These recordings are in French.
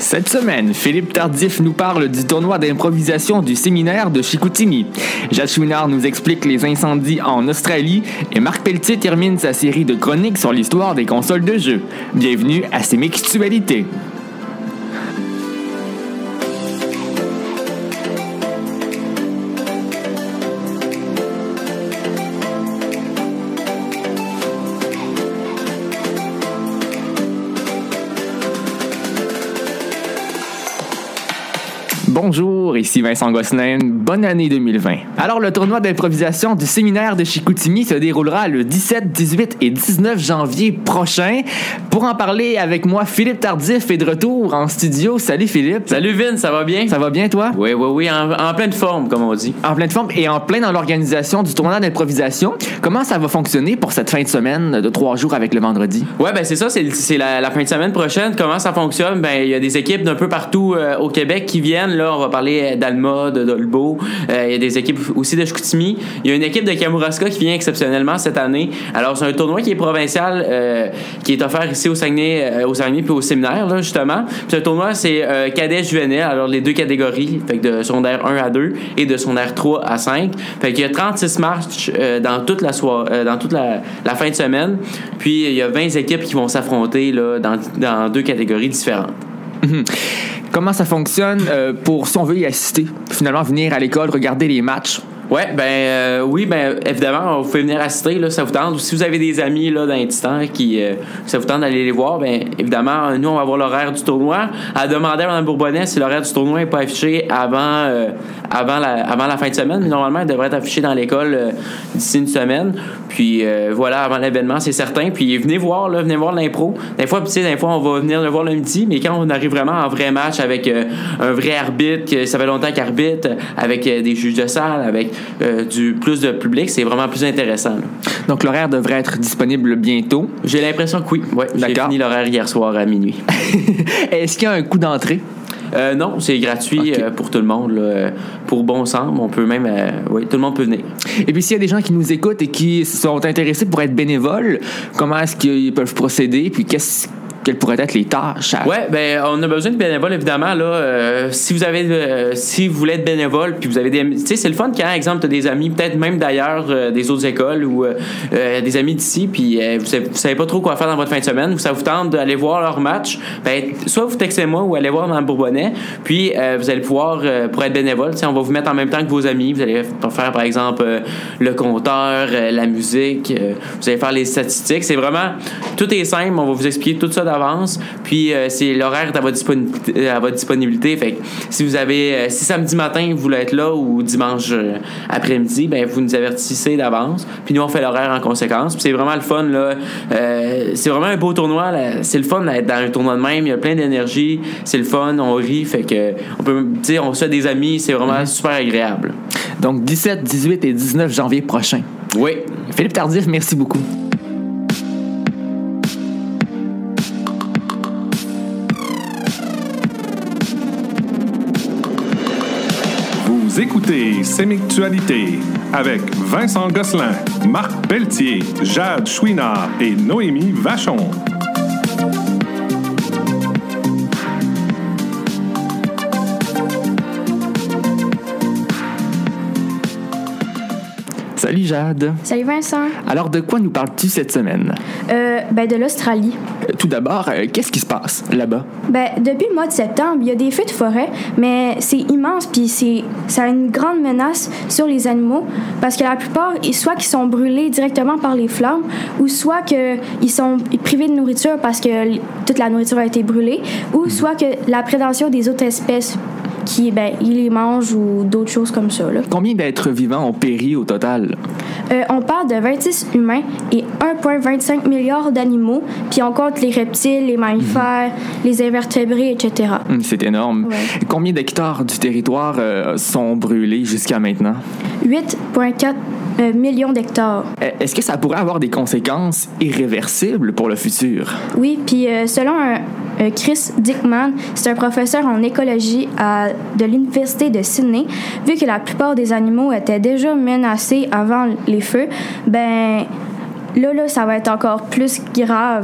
Cette semaine, Philippe Tardif nous parle du tournoi d'improvisation du séminaire de Chicoutimi. Jade Chouinard nous explique les incendies en Australie et Marc Pelletier termine sa série de chroniques sur l'histoire des consoles de jeux. Bienvenue à Sémixtualité. Bonjour, ici Vincent Gosselin. Bonne année 2020. Alors, le tournoi d'improvisation du séminaire de Chicoutimi se déroulera le 17, 18 et 19 janvier prochain. Pour en parler avec moi, Philippe Tardif est de retour en studio. Salut Philippe. Salut Vince, ça va bien? Ça va bien toi? Oui, en pleine forme, comme on dit. En pleine forme et en plein dans l'organisation du tournoi d'improvisation. Comment ça va fonctionner pour cette fin de semaine de 3 jours avec le vendredi? Ouais, ben c'est ça, c'est la fin de semaine prochaine. Comment ça fonctionne? Ben il y a des équipes d'un peu partout au Québec qui viennent. Là, on va parler d'Alma, de Dolbeau. Il y a des équipes aussi de Chicoutimi. Il y a une équipe de Kamouraska qui vient exceptionnellement cette année. Alors, c'est un tournoi qui est provincial, qui est offert ici au Saguenay puis au séminaire, là, justement. Puis ce tournoi, c'est cadet juvénile, alors les deux catégories, fait que de secondaire 1 à 2 et de secondaire 3 à 5. Fait qu'il y a 36 matchs dans toute la soirée, dans toute la fin de semaine. Puis, il y a 20 équipes qui vont s'affronter là, dans deux catégories différentes. Comment ça fonctionne pour, si on veut y assister, finalement venir à l'école, regarder les matchs? Ouais, oui, évidemment, vous pouvez venir assister, là, ça vous tente. Ou si vous avez des amis là, dans les temps qui ça vous tente d'aller les voir, évidemment, nous, on va avoir l'horaire du tournoi. À demander à Mme Bourbonnais si l'horaire du tournoi n'est pas affiché avant la fin de semaine. Mais normalement, il devrait être affiché dans l'école d'ici une semaine. Puis voilà, avant l'événement, c'est certain. Puis venez voir l'impro. Des fois, on va venir le voir le midi, mais quand on arrive vraiment en vrai match avec un vrai arbitre, que ça fait longtemps qu'il arbitre, avec des juges de salle, avec plus de public, c'est vraiment plus intéressant. Là. Donc, l'horaire devrait être disponible bientôt? J'ai l'impression que oui. Ouais, j'ai fini l'horaire hier soir à minuit. Est-ce qu'il y a un coût d'entrée? Non, c'est gratuit pour tout le monde. Là. Pour bon sens, on peut même... tout le monde peut venir. Et puis, s'il y a des gens qui nous écoutent et qui sont intéressés pour être bénévoles, comment est-ce qu'ils peuvent procéder? Puis, quelles pourraient être les tâches? On a besoin de bénévoles, évidemment. Là, si vous voulez être bénévole, puis vous avez des... Tu sais, c'est le fun quand, par exemple, tu as des amis, peut-être même d'ailleurs, des autres écoles ou des amis d'ici, puis vous savez pas trop quoi faire dans votre fin de semaine, ou ça vous tente d'aller voir leur match, soit vous textez moi ou allez voir dans le Bourbonnais, puis vous allez pouvoir, pour être bénévole, on va vous mettre en même temps que vos amis. Vous allez faire, par exemple, le compteur, la musique, vous allez faire les statistiques. C'est vraiment... Tout est simple, on va vous expliquer tout ça d'avance, puis c'est l'horaire à votre disponibilité. Fait que si samedi matin vous voulez être là ou dimanche après-midi, vous nous avertissez d'avance, puis nous on fait l'horaire en conséquence. Puis c'est vraiment le fun là. C'est vraiment un beau tournoi là. C'est le fun d'être dans un tournoi de même. Il y a plein d'énergie, c'est le fun, on rit, fait que on se fait des amis, c'est vraiment super agréable. Donc 17, 18 et 19 janvier prochain. Oui. Philippe Tardif, merci beaucoup. Vous écoutez Sémixtualité avec Vincent Gosselin, Marc Pelletier, Jade Chouinard et Noémie Vachon. Salut Jade. Salut Vincent. Alors, de quoi nous parles-tu cette semaine? De l'Australie. Tout d'abord, qu'est-ce qui se passe là-bas? Depuis le mois de septembre, il y a des feux de forêt, mais c'est immense, puis ça a une grande menace sur les animaux, parce que la plupart, soit qu'ils sont brûlés directement par les flammes, ou soit qu'ils sont privés de nourriture parce que toute la nourriture a été brûlée, ou soit que la prédation des autres espèces ils les mangent ou d'autres choses comme ça. Là. Combien d'êtres vivants ont péri au total? On parle de 26 humains et 1,25 milliard d'animaux, puis on compte les reptiles, les mammifères, les invertébrés, etc. C'est énorme. Ouais. Combien d'hectares du territoire sont brûlés jusqu'à maintenant? 8,4 millions d'hectares. Est-ce que ça pourrait avoir des conséquences irréversibles pour le futur? Oui, puis selon Chris Dickman, c'est un professeur en écologie de l'Université de Sydney, vu que la plupart des animaux étaient déjà menacés avant les feux, là, ça va être encore plus grave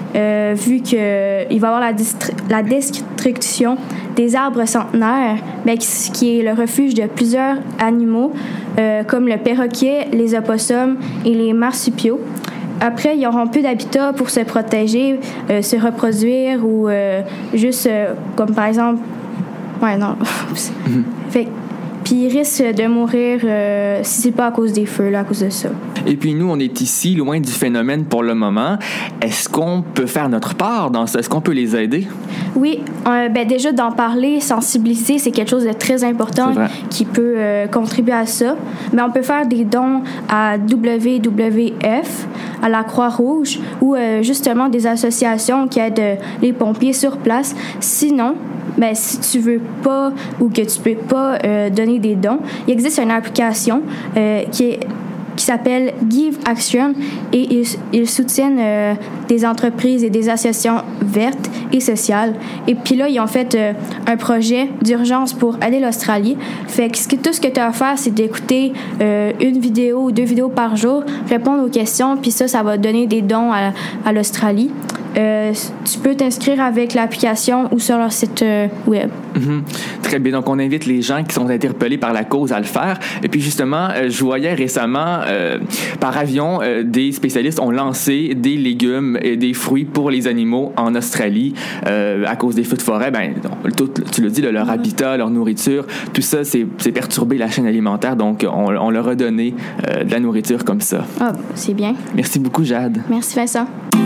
vu qu'il va y avoir la destruction des arbres centenaires, qui est le refuge de plusieurs animaux, comme le perroquet, les opossums et les marsupiaux. Après, ils n'auront plus d'habitat pour se protéger, se reproduire ou juste, comme par exemple... Ouais, non. Puis ils risquent de mourir si c'est pas à cause des feux, là, à cause de ça. Et puis nous, on est ici, loin du phénomène pour le moment. Est-ce qu'on peut faire notre part dans ça? Est-ce qu'on peut les aider? Oui, déjà d'en parler, sensibiliser, c'est quelque chose de très important qui peut contribuer à ça. Mais on peut faire des dons à WWF, à la Croix-Rouge ou justement des associations qui aident les pompiers sur place. Sinon, si tu veux pas ou que tu peux pas donner des dons, il existe une application qui s'appelle Give Action et ils soutiennent des entreprises et des associations vertes et sociales. Et puis là, ils ont fait un projet d'urgence pour aider l'Australie. Fait que tout ce que tu as à faire, c'est d'écouter une vidéo ou 2 vidéos par jour, répondre aux questions, puis ça va donner des dons à l'Australie. Tu peux t'inscrire avec l'application ou sur leur site web. Très bien. Donc, on invite les gens qui sont interpellés par la cause à le faire. Et puis, justement, je voyais récemment, par avion, des spécialistes ont lancé des légumes et des fruits pour les animaux en Australie à cause des feux de forêt. Tu l'as dit, leur habitat, leur nourriture, tout ça, c'est perturbé la chaîne alimentaire. Donc, on leur a donné de la nourriture comme ça. Ah, c'est bien. Merci beaucoup, Jade. Merci, Vincent.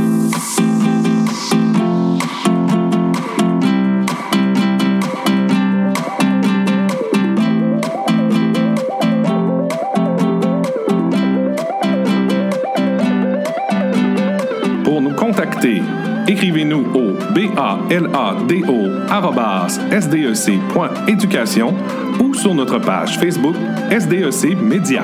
Écrivez-nous au balado@sdec.education ou sur notre page Facebook SDEC Média.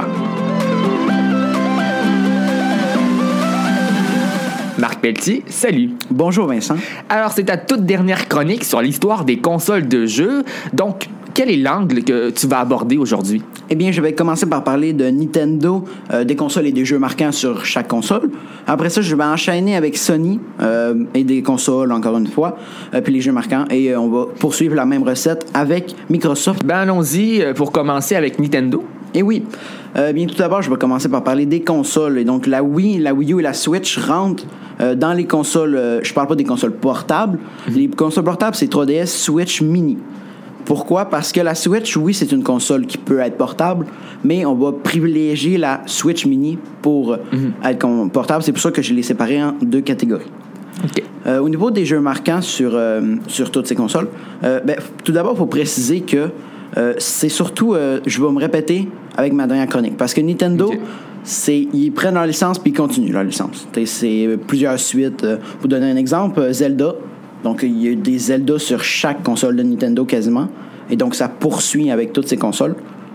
Marc Pelletier, salut. Bonjour Vincent. Alors, c'est ta toute dernière chronique sur l'histoire des consoles de jeux. Donc, quel est l'angle que tu vas aborder aujourd'hui? Eh bien, je vais commencer par parler de Nintendo, des consoles et des jeux marquants sur chaque console. Après ça, je vais enchaîner avec Sony et des consoles, encore une fois, puis les jeux marquants. Et on va poursuivre la même recette avec Microsoft. Allons-y pour commencer avec Nintendo. Et oui. Bien, tout d'abord, je vais commencer par parler des consoles. Et donc, la Wii U et la Switch rentrent dans les consoles... je parle pas des consoles portables. Les consoles portables, c'est 3DS, Switch, Mini. Pourquoi? Parce que la Switch, oui, c'est une console qui peut être portable, mais on va privilégier la Switch Mini pour être portable. C'est pour ça que je l'ai séparé en 2 catégories. Okay. Au niveau des jeux marquants sur toutes ces consoles, tout d'abord, il faut préciser que c'est surtout, je vais me répéter avec ma dernière chronique, parce que Nintendo, ils prennent leur licence puis ils continuent leur licence. C'est plusieurs suites. Pour donner un exemple, Zelda. Donc, il y a des Zelda sur chaque console de Nintendo quasiment. Et donc, ça poursuit avec toutes ces consoles.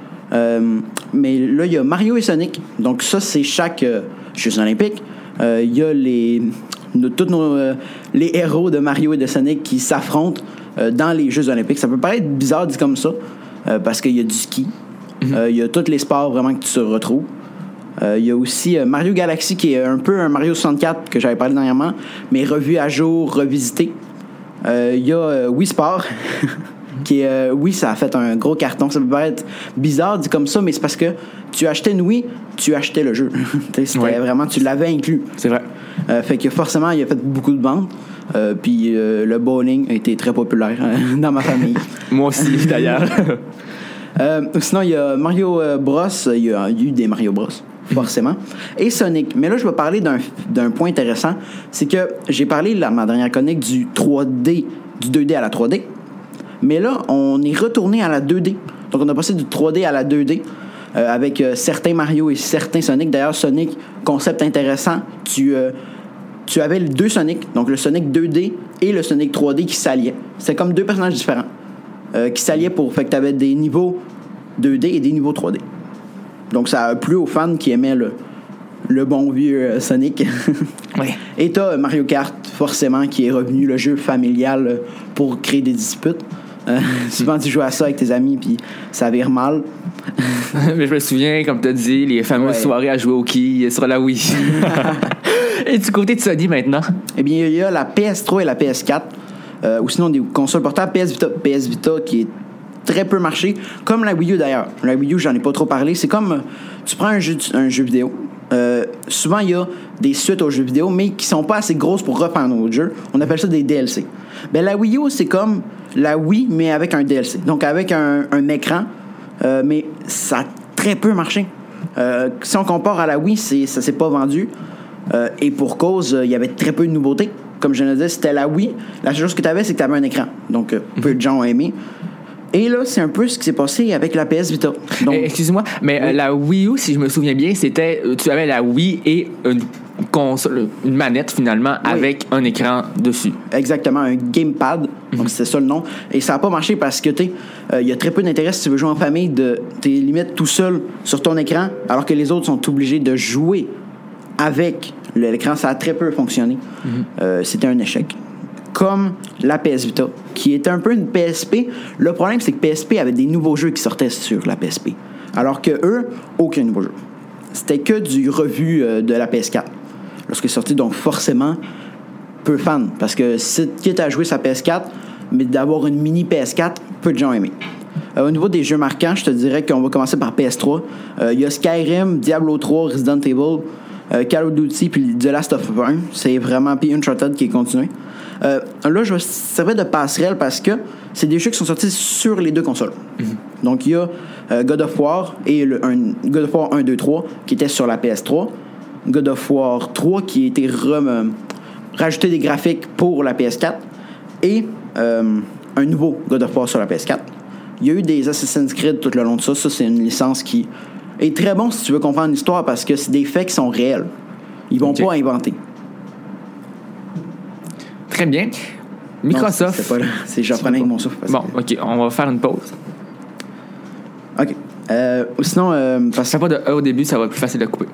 Mais là, il y a Mario et Sonic. Donc, ça, c'est chaque Jeux olympiques. Il y a tous les héros de Mario et de Sonic qui s'affrontent dans les Jeux olympiques. Ça peut paraître bizarre dit comme ça, parce qu'il y a du ski. Il y a tous les sports vraiment que tu te retrouves. Il y a aussi Mario Galaxy, qui est un peu un Mario 64 que j'avais parlé dernièrement, mais revu à jour, revisité. Il y a Wii Sport, qui est... oui, ça a fait un gros carton. Ça peut paraître bizarre dit comme ça, mais c'est parce que tu achetais une Wii, tu achetais le jeu. C'était vraiment... Tu l'avais inclus. C'est vrai. Fait que forcément, il a fait beaucoup de ventes. Puis le bowling a été très populaire dans ma famille. Moi aussi, d'ailleurs. Sinon, il y a Mario Bros. Il y a eu des Mario Bros. Forcément. Et Sonic. Mais là, je vais parler d'un point intéressant. C'est que j'ai parlé, ma dernière chronique, du 3D, du 2D à la 3D. Mais là, on est retourné à la 2D. Donc, on a passé du 3D à la 2D avec certains Mario et certains Sonic. D'ailleurs, Sonic, concept intéressant, tu avais les 2 Sonic, donc le Sonic 2D et le Sonic 3D qui s'alliaient. C'est comme 2 personnages différents qui s'alliaient pour... Fait que tu avais des niveaux 2D et des niveaux 3D. Donc, ça a plu aux fans qui aimaient le bon vieux Sonic. Oui. Et t'as Mario Kart, forcément, qui est revenu, le jeu familial pour créer des disputes. Souvent, tu joues à ça avec tes amis, puis ça vire mal. Mais je me souviens, comme tu as dit, les fameuses soirées à jouer au quilles sur la Wii. Et du côté de Sony maintenant? Eh bien, il y a la PS3 et la PS4, ou sinon des consoles portables PS Vita qui est très peu marché, comme la Wii U d'ailleurs. La Wii U, j'en ai pas trop parlé. C'est comme, tu prends un jeu vidéo. Souvent, il y a des suites aux jeux vidéo, mais qui sont pas assez grosses pour reprendre un autre jeu. On appelle ça des DLC. Ben, la Wii U, c'est comme la Wii, mais avec un DLC. Donc, avec un écran, mais ça a très peu marché. Si on compare à la Wii, ça s'est pas vendu. Et pour cause, il y avait très peu de nouveautés. Comme je le disais, c'était la Wii. La seule chose que tu avais, c'est que tu avais un écran. Donc, peu de gens ont aimé. Et là, c'est un peu ce qui s'est passé avec la PS Vita. Donc, excuse-moi, mais oui. la Wii U, si je me souviens bien, c'était... Tu avais la Wii et une console, une manette, finalement, oui. avec un écran dessus. Exactement, un gamepad. Donc, c'est ça le nom. Et ça n'a pas marché parce que, il y a très peu d'intérêt si tu veux jouer en famille. T'es limite tout seul sur ton écran, alors que les autres sont obligés de jouer avec l'écran. Ça a très peu fonctionné. C'était un échec. Comme la PS Vita, qui était un peu une PSP. Le problème, c'est que PSP avait des nouveaux jeux qui sortaient sur la PSP. Alors que eux, aucun nouveau jeu. C'était que du revu de la PS4. Lorsqu'il est sorti, donc forcément, peu fan. Parce que si tu quittes à jouer sa PS4, mais d'avoir une mini PS4, peu de gens ont aimé. Au niveau des jeux marquants, je te dirais qu'on va commencer par PS3. Il y a Skyrim, Diablo 3, Resident Evil, Call of Duty, puis The Last of Us 1. C'est vraiment... Puis Uncharted qui est continué. Là, je vais servir de passerelle parce que c'est des jeux qui sont sortis sur les deux consoles. Donc, il y a God of War et God of War 1, 2, 3 qui était sur la PS3. God of War 3 qui a été rajouté des graphiques pour la PS4. Et un nouveau God of War sur la PS4. Il y a eu des Assassin's Creed tout le long de ça. Ça, c'est une licence qui est très bon si tu veux comprendre l'histoire parce que c'est des faits qui sont réels. Ils vont pas inventer. Très bien. Microsoft... Non, c'est pas là. Je reprenais avec mon souffle. Bon, OK, on va faire une pause. OK. Sinon... parce Ça pas de E au début, ça va être plus facile de couper.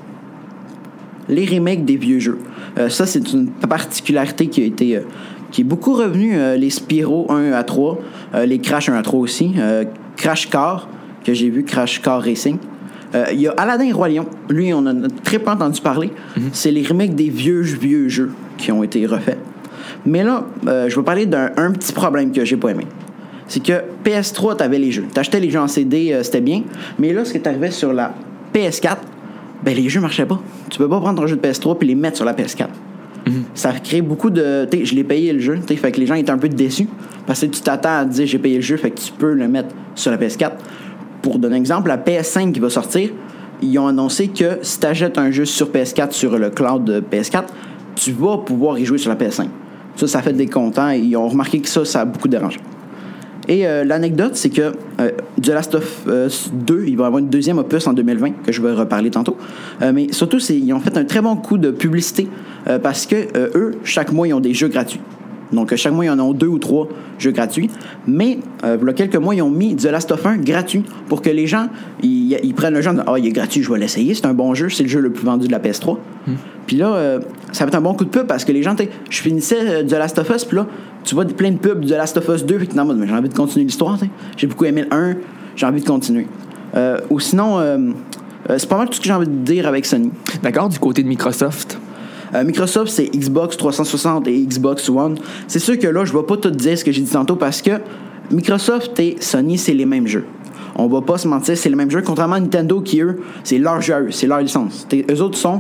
Les remakes des vieux jeux. Ça, c'est une particularité qui est beaucoup revenue. Les Spyro 1 à 3, les Crash 1 à 3 aussi. Crash Car, que j'ai vu, Crash Car Racing. Il y a Aladdin et Roi Lion. Lui, on a très peu entendu parler. C'est les remakes des vieux jeux qui ont été refaits. Mais là, je vais parler d'un petit problème que j'ai pas aimé. C'est que PS3, t'avais les jeux. T'achetais les jeux en CD, c'était bien. Mais là, ce qui est arrivé sur la PS4, ben les jeux marchaient pas. Tu peux pas prendre ton jeu de PS3 puis les mettre sur la PS4. Ça crée beaucoup de... je l'ai payé le jeu, fait que les gens étaient un peu déçus. Parce que tu t'attends à dire j'ai payé le jeu, fait que tu peux le mettre sur la PS4. Pour donner un exemple, la PS5 qui va sortir, ils ont annoncé que si tu achètes un jeu sur PS4, sur le cloud de PS4, tu vas pouvoir y jouer sur la PS5. Ça fait des contents et ils ont remarqué que ça a beaucoup dérangé. Et l'anecdote, c'est que The Last of Us 2, il va y avoir une deuxième opus en 2020, que je vais reparler tantôt. Mais surtout, ils ont fait un très bon coup de publicité parce que eux, chaque mois, ils ont des jeux gratuits. Donc, chaque mois, ils en ont 2 ou 3 jeux gratuits. Mais, il y a quelques mois, ils ont mis The Last of Us 1 gratuit pour que les gens, ils prennent le jeu de « Ah, il est gratuit, je vais l'essayer, c'est un bon jeu, c'est le jeu le plus vendu de la PS3. Puis là, ça va être un bon coup de pub parce que les gens, je finissais The Last of Us, puis là, tu vois plein de pubs de The Last of Us 2, puis mais j'ai envie de continuer l'histoire, j'ai beaucoup aimé le 1, j'ai envie de continuer. Ou sinon, c'est pas mal tout ce que j'ai envie de dire avec Sony. D'accord, du côté de Microsoft? Microsoft, c'est Xbox 360 et Xbox One. C'est sûr que là, je ne vais pas tout dire ce que j'ai dit tantôt parce que Microsoft et Sony, c'est les mêmes jeux. On va pas se mentir, c'est les mêmes jeux. Contrairement à Nintendo qui, eux, c'est leur jeu, c'est leur licence. Eux autres sont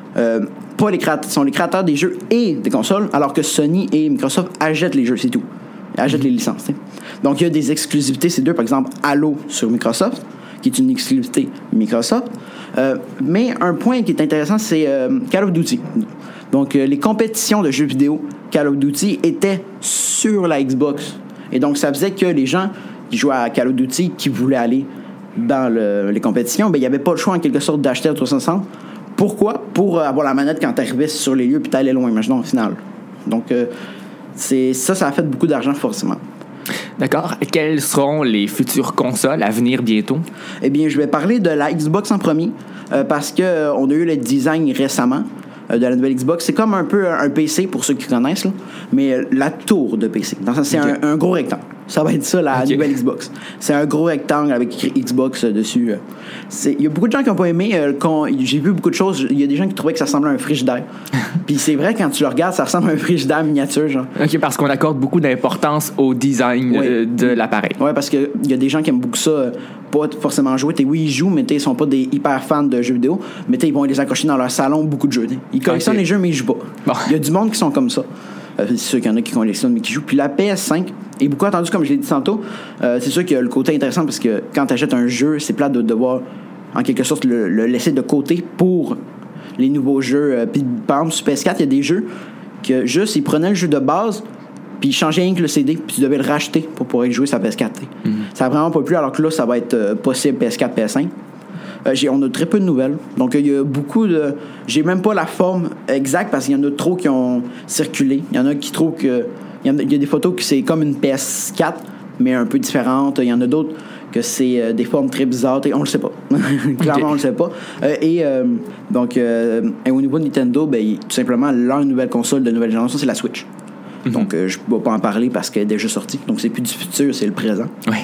pas les créateurs, sont les créateurs des jeux et des consoles, alors que Sony et Microsoft achètent les jeux, c'est tout. Ils achètent les licences. T'sais. Donc, il y a des exclusivités, c'est deux. Par exemple, Halo sur Microsoft, qui est une exclusivité Microsoft. Mais un point qui est intéressant, c'est Call of Duty. Donc, les compétitions de jeux vidéo Call of Duty étaient sur la Xbox. Et donc, ça faisait que les gens qui jouaient à Call of Duty, qui voulaient aller dans les compétitions, ben, il n'y avait pas le choix, en quelque sorte, d'acheter la 360. Pourquoi? Pour avoir la manette quand tu arrivais sur les lieux puis tu allais loin, imaginons, au final. Donc, ça a fait beaucoup d'argent, forcément. D'accord. Quelles seront les futures consoles à venir bientôt? Eh bien, je vais parler de la Xbox en premier, parce qu'on a eu le design récemment. de la nouvelle Xbox. C'est comme un peu un PC pour ceux qui connaissent, là, mais la tour de PC. Dans le sens, c'est un gros rectangle. Ça va être ça, la nouvelle Xbox. C'est un gros rectangle avec écrit Xbox dessus. Il y a beaucoup de gens qui n'ont pas aimé. J'ai vu beaucoup de choses. Il y a des gens qui trouvaient que ça ressemblait à un frigidaire. Puis c'est vrai, quand tu le regardes, ça ressemble à un frigidaire miniature. Genre. OK, parce qu'on accorde beaucoup d'importance au design de l'appareil. Oui, parce qu'il y a des gens qui aiment beaucoup ça, pas forcément jouer. Oui, ils jouent, mais ils sont pas des hyper fans de jeux vidéo. Mais ils vont les accrocher dans leur salon, beaucoup de jeux. Ils collectionnent les jeux, mais ils jouent pas. Bon. Il y a du monde qui sont comme ça. C'est sûr qu'il y en a qui collectionnent mais qui jouent. Puis la PS5 est beaucoup attendue, comme je l'ai dit tantôt. C'est sûr qu'il y a le côté intéressant parce que quand tu achètes un jeu, c'est plate de devoir, en quelque sorte, le laisser de côté pour les nouveaux jeux. Puis par exemple, sur PS4, il y a des jeux que juste, ils prenaient le jeu de base puis ils changeaient rien que le CD puis tu devais le racheter pour pouvoir y jouer sur la PS4. Ça a vraiment pas plu, alors que là, ça va être possible PS4, PS5. On a très peu de nouvelles. Donc, il y a beaucoup de... J'ai même pas la forme exacte parce qu'il y en a trop qui ont circulé. Il y en a qui trouvent que... Il y a des photos que c'est comme une PS4, mais un peu différente. Il y en a d'autres que c'est des formes très bizarres. On le sait pas. Clairement, on le sait pas. Donc, au niveau de Nintendo, tout simplement, leur nouvelle console de nouvelle génération, c'est la Switch. Donc, je ne peux pas en parler parce qu'elle est déjà sortie. Donc, c'est plus du futur, c'est le présent. Oui.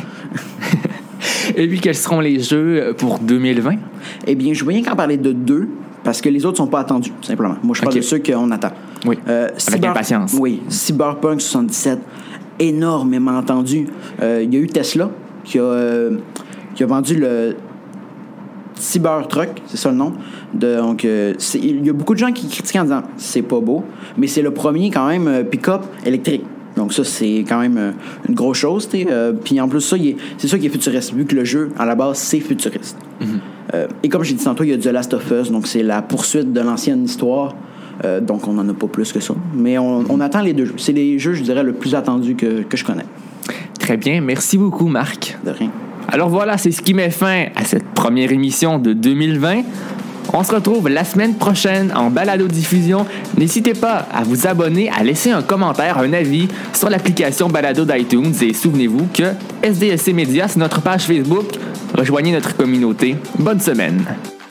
Et puis, quels seront les jeux pour 2020? Eh bien, je veux rien qu'en parler de 2, parce que les autres sont pas attendus, tout simplement. Moi, je parle de ceux qu'on attend. Oui, avec impatience. Oui, Cyberpunk 77, énormément attendu. Il y a eu Tesla qui a vendu le Cybertruck, c'est ça le nom. Donc, il y a beaucoup de gens qui critiquent en disant c'est pas beau, mais c'est le premier quand même pick-up électrique. Donc ça, c'est quand même une grosse chose. Puis en plus, c'est ça qui est futuriste, vu que le jeu, à la base, c'est futuriste. Et comme j'ai dit tantôt, il y a The Last of Us, donc c'est la poursuite de l'ancienne histoire. Donc on n'en a pas plus que ça. Mais on attend les 2 jeux. C'est les jeux, je dirais, le plus attendus que je connais. Très bien. Merci beaucoup, Marc. De rien. Alors voilà, c'est ce qui met fin à cette première émission de 2020. On se retrouve la semaine prochaine en balado-diffusion. N'hésitez pas à vous abonner, à laisser un commentaire, un avis sur l'application balado d'iTunes. Et souvenez-vous que SDSC Média, c'est notre page Facebook. Rejoignez notre communauté. Bonne semaine.